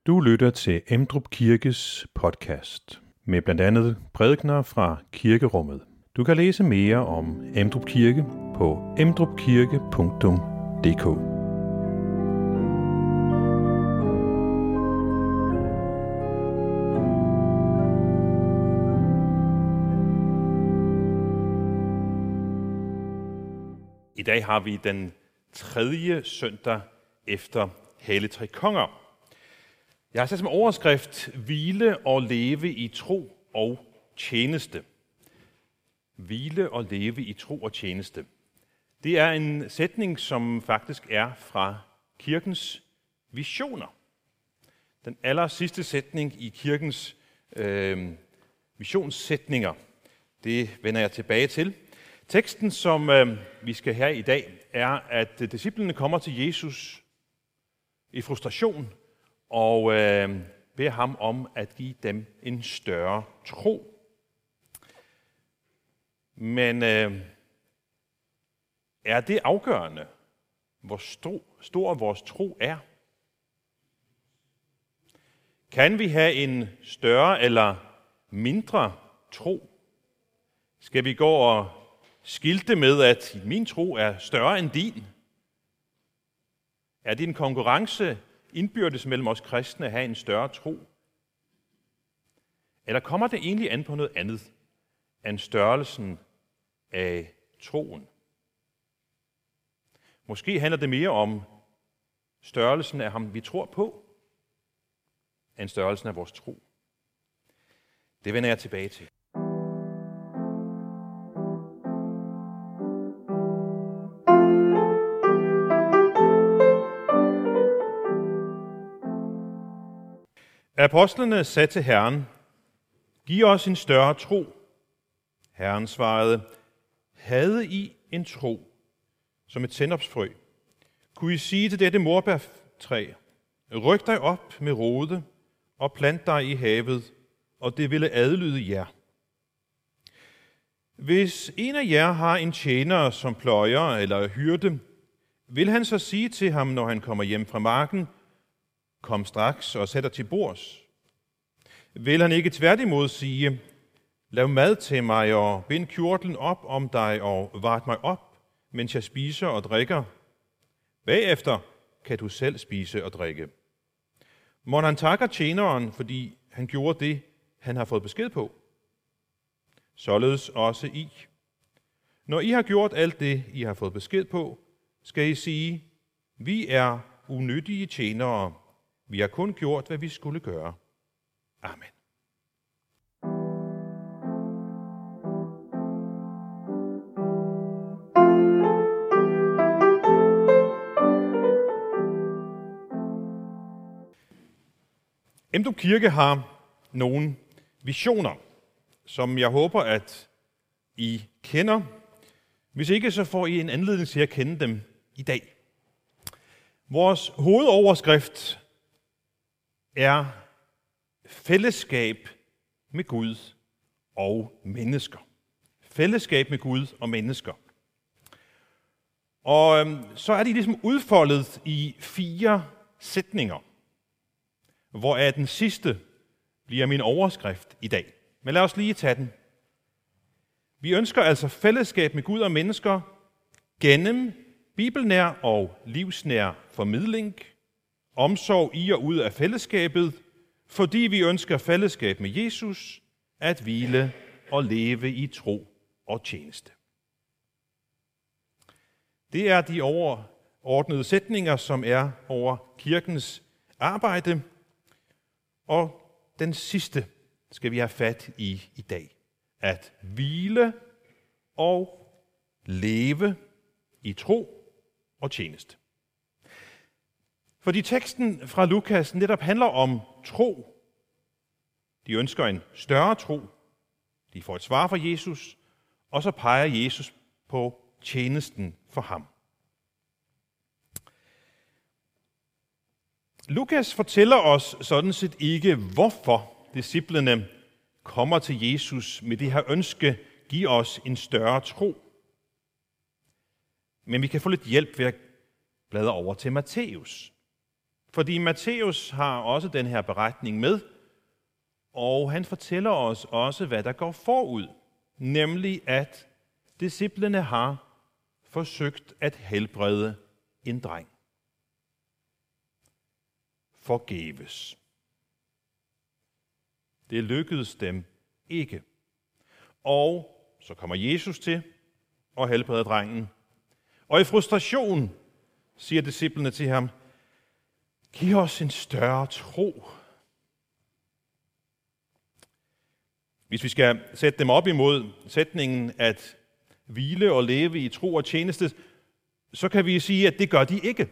Du lytter til Emdrup Kirkes podcast med blandt andet prædikener fra kirkerummet. Du kan læse mere om Emdrup Kirke på emdrupkirke.dk. I dag har vi den 3. søndag efter Helligtrekonger. Jeg har sat som overskrift, hvile og leve i tro og tjeneste. Hvile og leve i tro og tjeneste. Det er en sætning, som faktisk er fra kirkens visioner. Den aller sidste sætning i kirkens visionssætninger. Det vender jeg tilbage til. Teksten, som vi skal have i dag, er, at disciplene kommer til Jesus i frustration og beder ham om at give dem en større tro. Men er det afgørende, hvor stor vores tro er? Kan vi have en større eller mindre tro? Skal vi gå og skilte med, at min tro er større end din? Er det en konkurrence indbyrdes mellem os kristne at have en større tro? Eller kommer det egentlig an på noget andet end størrelsen af troen? Måske handler det mere om størrelsen af ham, vi tror på, end størrelsen af vores tro. Det vender jeg tilbage til. Apostlene sagde til Herren, giv os en større tro. Herren svarede, havde I en tro som et sennepsfrø, kunne I sige til dette morbærtræ, ryk dig op med rode og plant dig i havet, og det ville adlyde jer. Hvis en af jer har en tjener som pløjer eller hyrde, vil han så sige til ham, når han kommer hjem fra marken, kom straks og sæt dig til bords. Vil han ikke tværtimod sige, lav mad til mig og bind kjortlen op om dig og vart mig op, mens jeg spiser og drikker. Bagefter kan du selv spise og drikke. Må han takker tjeneren, fordi han gjorde det, han har fået besked på. Således også I. Når I har gjort alt det, I har fået besked på, skal I sige, vi er unyttige tjenere. Vi har kun gjort, hvad vi skulle gøre. Amen. Emdrup Kirke har nogle visioner, som jeg håber, at I kender. Hvis ikke, så får I en anledning til at kende dem i dag. Vores hovedoverskrift er fællesskab med Gud og mennesker. Fællesskab med Gud og mennesker. Og så er de ligesom udfoldet i 4 sætninger, hvoraf den sidste bliver min overskrift i dag. Men lad os lige tage den. Vi ønsker altså fællesskab med Gud og mennesker gennem bibelnær og livsnær formidling, omsorg i og ud af fællesskabet, fordi vi ønsker fællesskab med Jesus, at hvile og leve i tro og tjeneste. Det er de overordnede sætninger, som er over kirkens arbejde, og den sidste skal vi have fat i dag. At hvile og leve i tro og tjeneste. Fordi teksten fra Lukas netop handler om tro. De ønsker en større tro. De får et svar fra Jesus, og så peger Jesus på tjenesten for ham. Lukas fortæller os sådan set ikke, hvorfor disciplene kommer til Jesus med det her ønske, giv os en større tro. Men vi kan få lidt hjælp ved at bladre over til Matthæus. Fordi Matthæus har også den her beretning med, og han fortæller os også, hvad der går forud, nemlig at disciplene har forsøgt at helbrede en dreng. Forgæves. Det lykkedes dem ikke. Og så kommer Jesus til og helbreder drengen. Og i frustration siger disciplene til ham, giv os en større tro. Hvis vi skal sætte dem op imod sætningen at hvile og leve i tro og tjeneste, så kan vi sige, at det gør de ikke.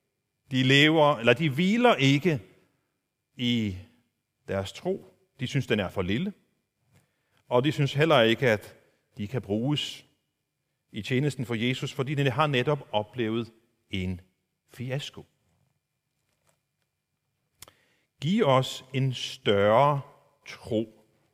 De hviler ikke i deres tro. De synes, den er for lille. Og de synes heller ikke, at de kan bruges i tjenesten for Jesus, fordi de har netop oplevet en fiasko. Giv os en større tro.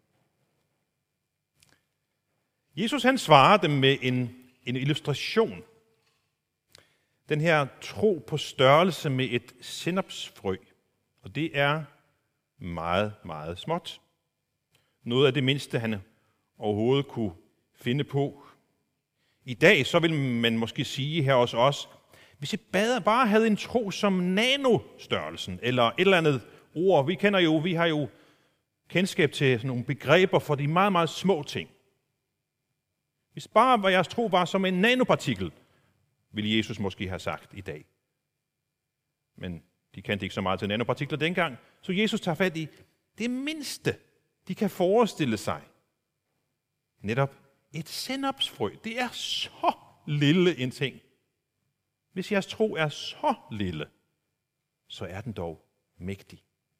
Jesus han svarer dem med en illustration. Den her tro på størrelse med et sennepsfrø. Og det er meget, meget småt. Noget af det mindste, han overhovedet kunne finde på. I dag så vil man måske sige her hos os, hvis I bare havde en tro som nanostørrelsen, eller et eller andet ord. Vi har jo kendskab til sådan nogle begreber for de meget, meget små ting. Hvis bare jeres tro var som en nanopartikel, ville Jesus måske have sagt i dag. Men de kendte ikke så meget til nanopartikler dengang, så Jesus tager fat i det mindste, de kan forestille sig. Netop et sennepsfrø. Det er så lille en ting. Hvis jeres tro er så lille, så er den dog mægtig.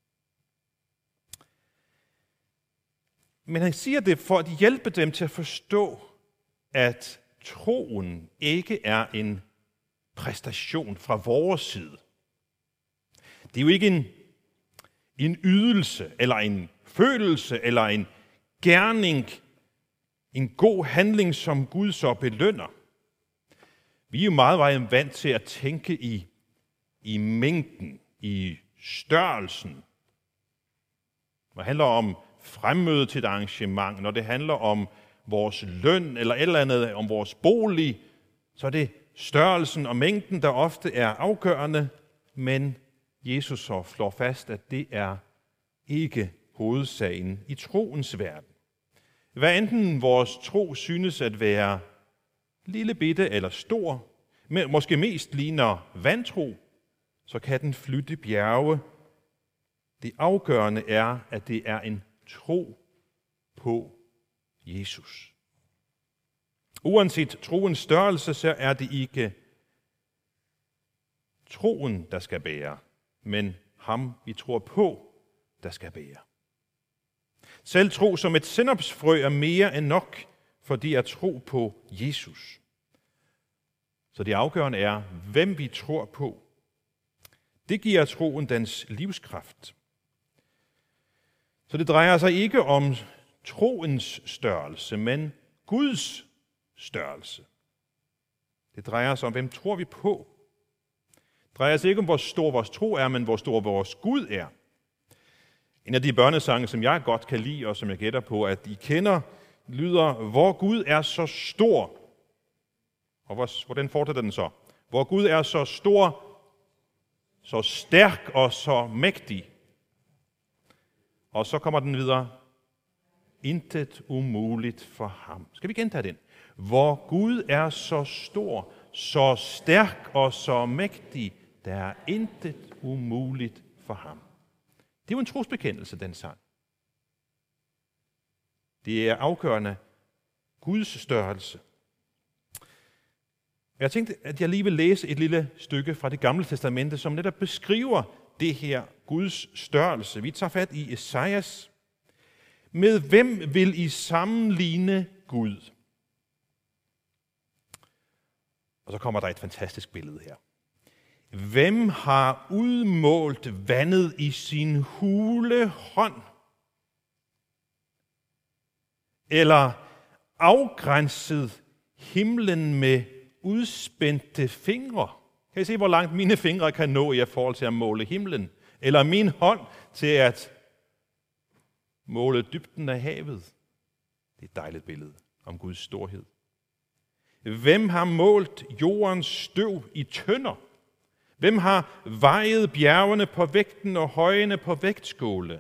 Men han siger det for at hjælpe dem til at forstå, at troen ikke er en præstation fra vores side. Det er jo ikke en ydelse, eller en følelse, eller en gerning, en god handling, som Gud så belønner. Vi er jo meget vant til at tænke i mængden, i størrelsen. Når det handler om fremmøde til et arrangement, når det handler om vores løn eller et eller andet, om vores bolig, så er det størrelsen og mængden, der ofte er afgørende, men Jesus så slår fast, at det er ikke hovedsagen i troens verden. Hvad enten vores tro synes at være lille bitte eller stor, men måske mest ligner vantro, så kan den flytte bjerge. Det afgørende er, at det er en tro på Jesus. Uanset troens størrelse, så er det ikke troen, der skal bære, men ham, vi tror på, der skal bære. Selv tro som et sennepsfrø er mere end nok, fordi at tro på Jesus. Så det afgørende er, hvem vi tror på. Det giver troen dens livskraft. Så det drejer sig ikke om troens størrelse, men Guds størrelse. Det drejer sig om, hvem tror vi på. Det drejer sig ikke om, hvor stor vores tro er, men hvor stor vores Gud er. En af de børnesange, som jeg godt kan lide, og som jeg gætter på, at I kender, lyder, hvor Gud er så stor. Og hvordan fortsætter den så? Hvor Gud er så stor, så stærk og så mægtig. Og så kommer den videre. Intet umuligt for ham. Skal vi gentage den? Hvor Gud er så stor, så stærk og så mægtig, der er intet umuligt for ham. Det er jo en trosbekendelse, den sang. Det er afgørende Guds størrelse. Jeg tænkte, at jeg lige vil læse et lille stykke fra det gamle testamente, som netop beskriver det her Guds størrelse. Vi tager fat i Esajas. Med hvem vil I sammenligne Gud? Og så kommer der et fantastisk billede her. Hvem har udmålt vandet i sin hule hånd? Eller afgrænset himlen med udspændte fingre? Kan I se, hvor langt mine fingre kan nå i forhold til at måle himlen? Eller min hånd til at måle dybden af havet? Det er et dejligt billede om Guds storhed. Hvem har målt jordens støv i tønder? Hvem har vejet bjergene på vægten og højene på vægtskåle?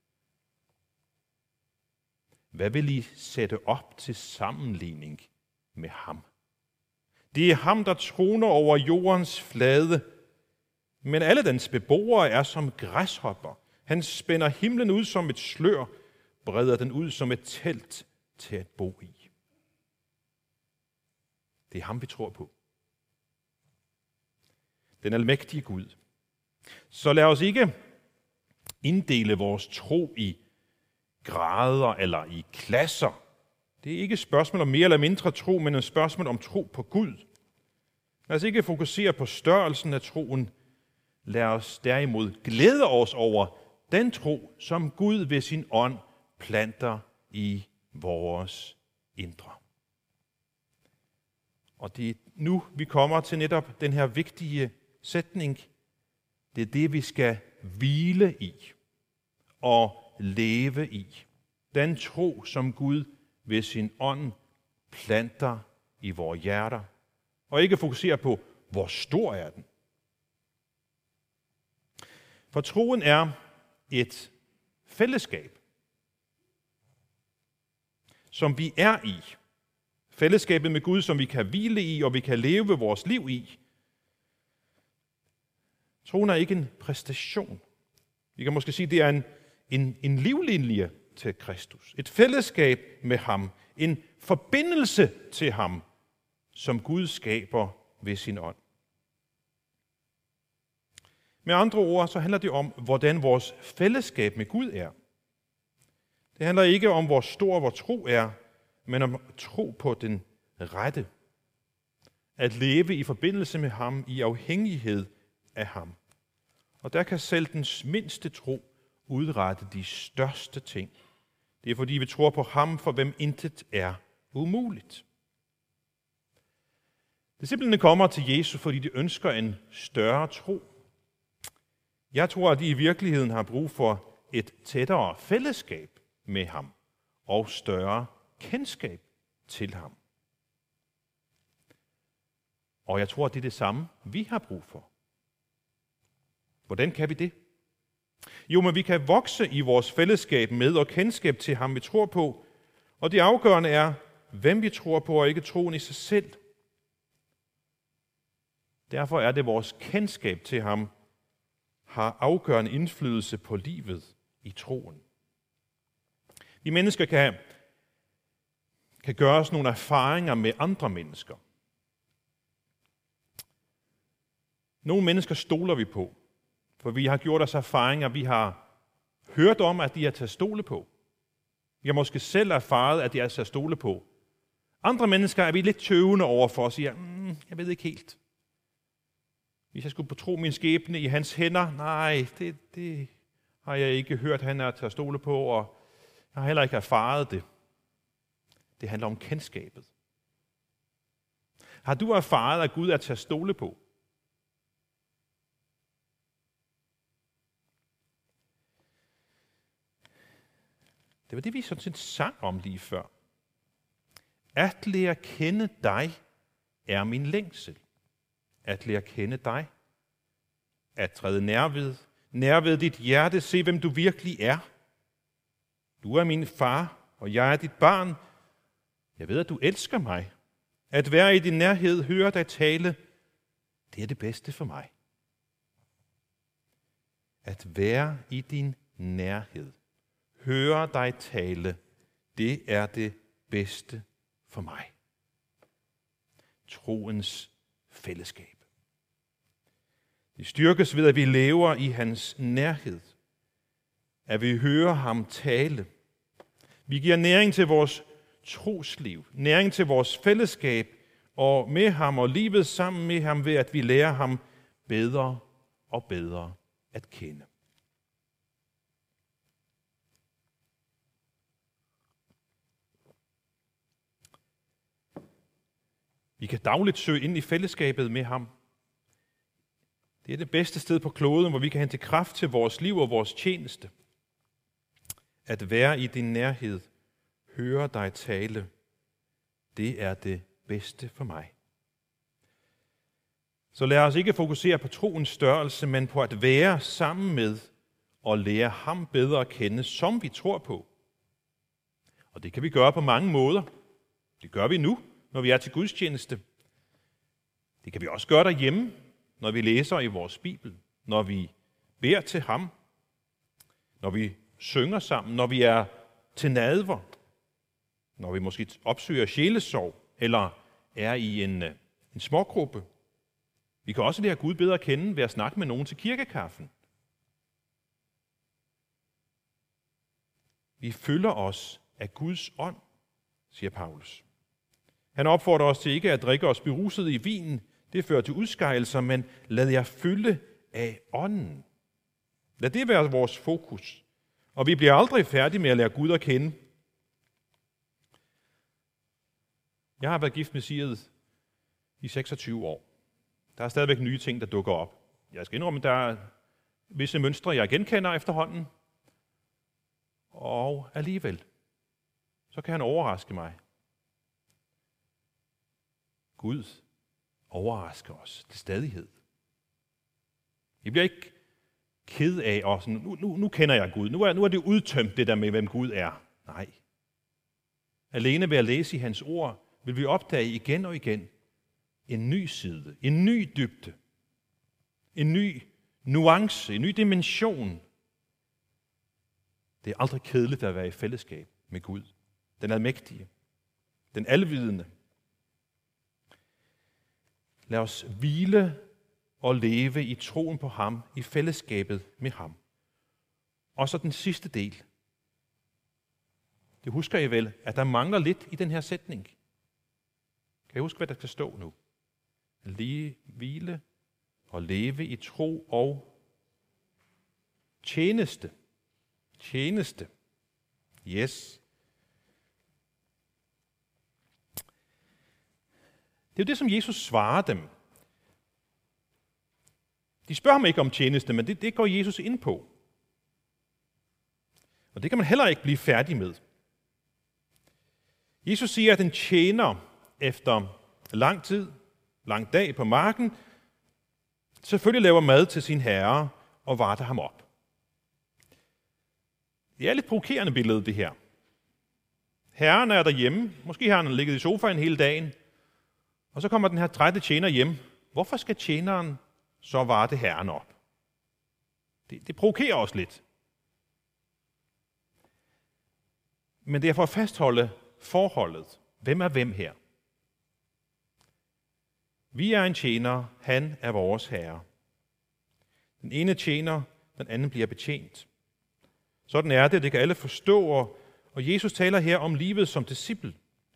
Hvad vil I sætte op til sammenligning med ham? Det er ham, der troner over jordens flade, men alle dens beboere er som græshopper. Han spænder himlen ud som et slør, breder den ud som et telt til at bo i. Det er ham, vi tror på. Den almægtige Gud. Så lad os ikke inddele vores tro i grader eller i klasser. Det er ikke et spørgsmål om mere eller mindre tro, men et spørgsmål om tro på Gud. Lad os ikke fokusere på størrelsen af troen. Lad os derimod glæde os over den tro, som Gud ved sin ånd planter i vores indre. Og det er nu, vi kommer til netop den her vigtige sætning. Det er det, vi skal hvile i og leve i. Den tro, som Gud ved sin ånd planter i vores hjerter. Og ikke fokusere på, hvor stor er den. For troen er et fællesskab, som vi er i. Fællesskabet med Gud, som vi kan hvile i, og vi kan leve vores liv i. Troen er ikke en præstation. Vi kan måske sige, at det er en livlinje til Kristus. Et fællesskab med ham. En forbindelse til ham, som Gud skaber ved sin ånd. Med andre ord, så handler det om, hvordan vores fællesskab med Gud er. Det handler ikke om, hvor stor vores tro er, men om tro på den rette. At leve i forbindelse med ham, i afhængighed af ham. Og der kan selv den mindste tro udrette de største ting. Det er fordi, vi tror på ham, for hvem intet er umuligt. Disciplene kommer til Jesus, fordi de ønsker en større tro. Jeg tror, at de i virkeligheden har brug for et tættere fællesskab med ham og større kendskab til ham. Og jeg tror, at det er det samme, vi har brug for. Hvordan kan vi det? Jo, men vi kan vokse i vores fællesskab med og kendskab til ham, vi tror på. Og det afgørende er, hvem vi tror på, og ikke troen i sig selv. Derfor er det vores kendskab til ham, har afgørende indflydelse på livet i troen. Vi mennesker kan gøre os nogle erfaringer med andre mennesker. Nogle mennesker stoler vi på, for vi har gjort os erfaringer, vi har hørt om, at de er til at stole på. Vi har måske selv erfaret, at de er til at stole på. Andre mennesker er vi lidt tøvende overfor og siger, jeg ved ikke helt. Hvis jeg skulle tro min skæbne i hans hænder, nej, det har jeg ikke hørt, han er til at stole på, og jeg har heller ikke erfaret det. Det handler om kendskabet. Har du erfaret, at Gud er til at stole på? Det var det, vi sådan set sang om lige før. At lære kende dig er min længsel. At lære kende dig. At træde nær ved dit hjerte, se hvem du virkelig er. Du er min far, og jeg er dit barn. Jeg ved, at du elsker mig. At være i din nærhed, høre dig tale, det er det bedste for mig. At være i din nærhed, høre dig tale, det er det bedste for mig. Troens fællesskab. Det styrkes ved, at vi lever i hans nærhed. At vi hører ham tale. Vi giver næring til vores trosliv, næring til vores fællesskab, og med ham og livet sammen med ham ved, at vi lærer ham bedre og bedre at kende. Vi kan dagligt søge ind i fællesskabet med ham. Det er det bedste sted på kloden, hvor vi kan hente kraft til vores liv og vores tjeneste. At være i din nærhed, høre dig tale, det er det bedste for mig. Så lad os ikke fokusere på troens størrelse, men på at være sammen med og lære ham bedre at kende, som vi tror på. Og det kan vi gøre på mange måder. Det gør vi nu, når vi er til gudstjeneste. Det kan vi også gøre derhjemme, når vi læser i vores Bibel, når vi beder til ham, når vi synger sammen, når vi er til nadver, når vi måske opsøger sjælesorg eller er i en smågruppe. Vi kan også lære Gud bedre at kende ved at snakke med nogen til kirkekaffen. Vi fylder os af Guds ånd, siger Paulus. Han opfordrer os til ikke at drikke os beruset i vinen. Det fører til udskejelser, men lad jer fylde af ånden. Lad det være vores fokus. Og vi bliver aldrig færdige med at lære Gud at kende. Jeg har været gift med Sigrid i 26 år. Der er stadigvæk nye ting, der dukker op. Jeg skal indrømme, at der er visse mønstre, jeg genkender efterhånden. Og alligevel, så kan han overraske mig. Gud overrasker os til stadighed. Vi bliver ikke ked af os. Nu kender jeg Gud. Nu er det udtømt, det der med, hvem Gud er. Nej. Alene ved at læse i hans ord, vil vi opdage igen og igen en ny side, en ny dybde, en ny nuance, en ny dimension. Det er aldrig kedeligt at være i fællesskab med Gud, den almægtige, den alvidende. Lad os hvile og leve i troen på ham, i fællesskabet med ham. Og så den sidste del. Det husker I vel, at der mangler lidt i den her sætning. Kan I huske, hvad der skal stå nu? Hvile og leve i tro og tjeneste. Tjeneste. Yes. Det er jo det, som Jesus svarer dem. De spørger ham ikke om tjeneste, men det går Jesus ind på. Og det kan man heller ikke blive færdig med. Jesus siger, at en tjener efter lang tid, lang dag på marken, selvfølgelig laver mad til sin herre og varter ham op. Det er lidt provokerende billede, det her. Herren er derhjemme, måske har han ligget i sofaen hele dagen, og så kommer den her trætte tjener hjem. Hvorfor skal tjeneren så varte herren op? Det provokerer os lidt. Men det er for at fastholde forholdet. Hvem er hvem her? Vi er en tjener, han er vores herre. Den ene tjener, den anden bliver betjent. Sådan er det kan alle forstå, og Jesus taler her om livet som disciple.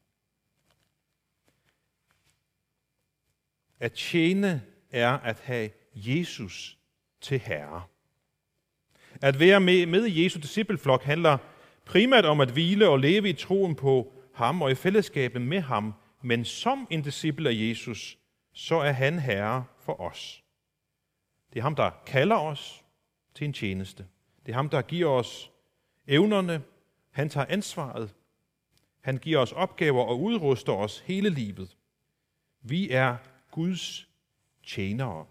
At tjene er at have Jesus til herre. At være med i Jesu discipleflok handler primært om at hvile og leve i troen på ham og i fællesskabet med ham, men som en disciple af Jesus, så er han herre for os. Det er ham, der kalder os til en tjeneste. Det er ham, der giver os evnerne. Han tager ansvaret. Han giver os opgaver og udruster os hele livet. Vi er Guds tjenere.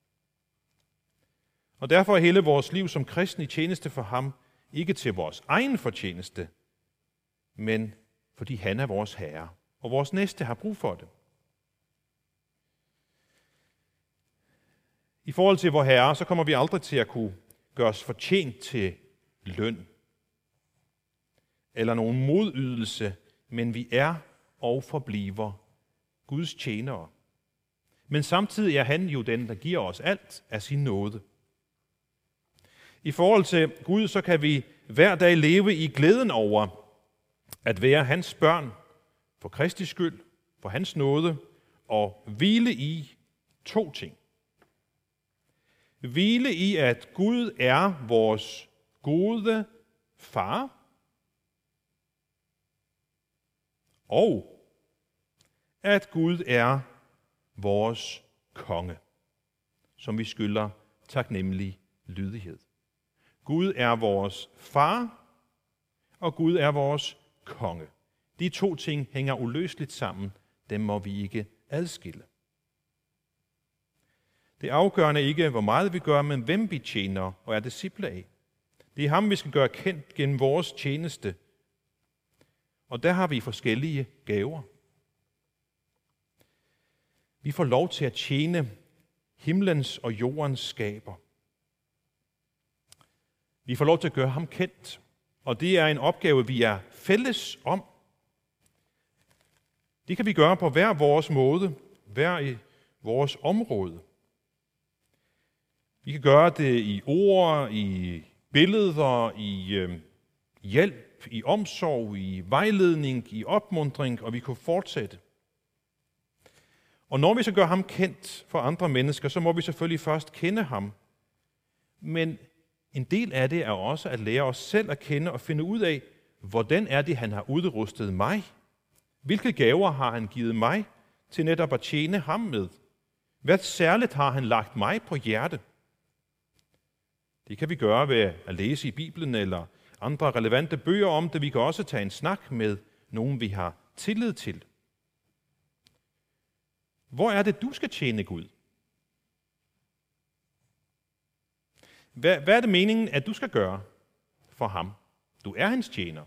Og derfor er hele vores liv som kristne i tjeneste for ham ikke til vores egen fortjeneste, men fordi han er vores herre, og vores næste har brug for det. I forhold til vor herre, så kommer vi aldrig til at kunne gøre os fortjent til løn eller nogen modydelse, men vi er og forbliver Guds tjenere. Men samtidig er han jo den, der giver os alt af sin nåde. I forhold til Gud, så kan vi hver dag leve i glæden over at være hans børn for Kristi skyld, for hans nåde, og hvile i to ting. Hvile i, at Gud er vores gode far, og at Gud er vores konge. som vi skylder taknemmelig lydighed. Gud er vores far, og Gud er vores konge. De to ting hænger uløseligt sammen. Dem må vi ikke adskille. Det afgørende er ikke, hvor meget vi gør, men hvem vi tjener og er disciple af. Det er ham, vi skal gøre kendt gennem vores tjeneste. Og der har vi forskellige gaver. Vi får lov til at tjene himlens og jordens skaber. Vi får lov til at gøre ham kendt, og det er en opgave, vi er fælles om. Det kan vi gøre på hver vores måde, hver i vores område. Vi kan gøre det i ord, i billeder, i hjælp, i omsorg, i vejledning, i opmuntring, og vi kan fortsætte. Og når vi så gør ham kendt for andre mennesker, så må vi selvfølgelig først kende ham. Men en del af det er også at lære os selv at kende og finde ud af, hvordan er det, han har udrustet mig? Hvilke gaver har han givet mig til netop at tjene ham med? Hvad særligt har han lagt mig på hjerte? Det kan vi gøre ved at læse i Bibelen eller andre relevante bøger om det. Vi kan også tage en snak med nogen, vi har tillid til. Hvor er det, du skal tjene Gud? Hvad er det meningen, at du skal gøre for ham? Du er hans tjener.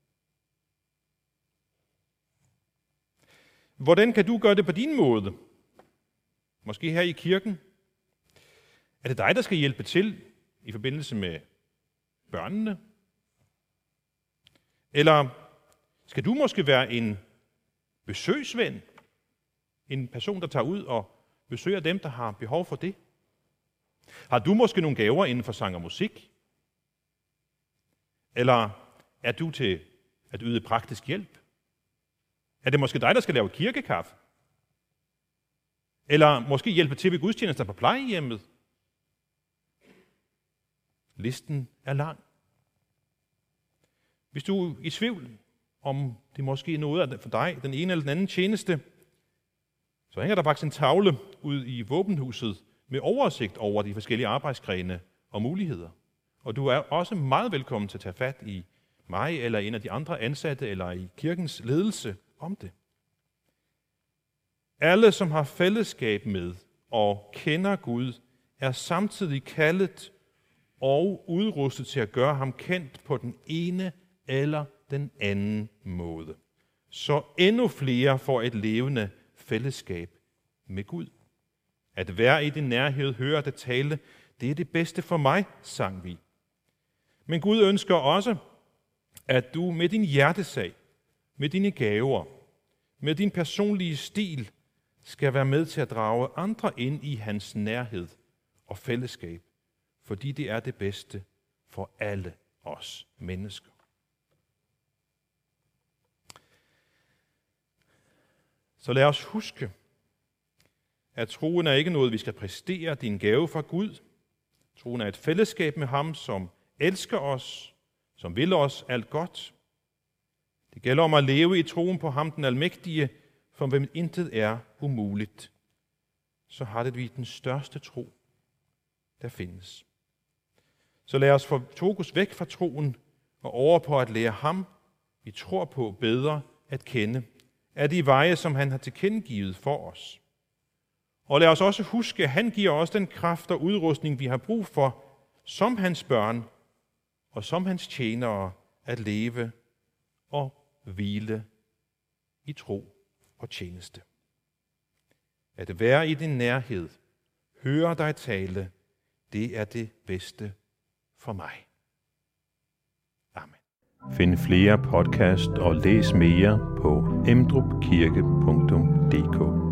Hvordan kan du gøre det på din måde? Måske her i kirken? Er det dig, der skal hjælpe til i forbindelse med børnene? Eller skal du måske være en besøgsven? En person, der tager ud og besøger dem, der har behov for det? Har du måske nogle gaver inden for sang og musik? Eller er du til at yde praktisk hjælp? Er det måske dig, der skal lave kirkekaffe? Eller måske hjælpe til ved gudstjenester på plejehjemmet? Listen er lang. Hvis du er i tvivl om det måske er noget for dig, den ene eller den anden tjeneste, så hænger der faktisk en tavle ud i våbenhuset med oversigt over de forskellige arbejdsgrene og muligheder. Og du er også meget velkommen til at tage fat i mig eller en af de andre ansatte eller i kirkens ledelse om det. Alle, som har fællesskab med og kender Gud, er samtidig kaldet og udrustet til at gøre ham kendt på den ene eller den anden måde. Så endnu flere får et levende fællesskab med Gud. At være i din nærhed, høre det tale, det er det bedste for mig, sang vi. Men Gud ønsker også, at du med din hjertesag, med dine gaver, med din personlige stil, skal være med til at drage andre ind i hans nærhed og fællesskab, fordi det er det bedste for alle os mennesker. Så lad os huske, at troen er ikke noget, vi skal præstere, din gave fra Gud. Troen er et fællesskab med ham, som elsker os, som vil os alt godt. Det gælder om at leve i troen på ham, den almægtige, for hvem intet er umuligt. Så har det vi den største tro, der findes. Så lad os få fokus væk fra troen og over på at lære ham, vi tror på, bedre at kende, af de veje, som han har tilkendegivet for os. Og lad os også huske, at han giver os den kraft og udrustning, vi har brug for, som hans børn og som hans tjenere, at leve og hvile i tro og tjeneste. At være i din nærhed, høre dig tale, det er det bedste for mig. Amen. Find flere podcast og læs mere på emdrupkirke.dk.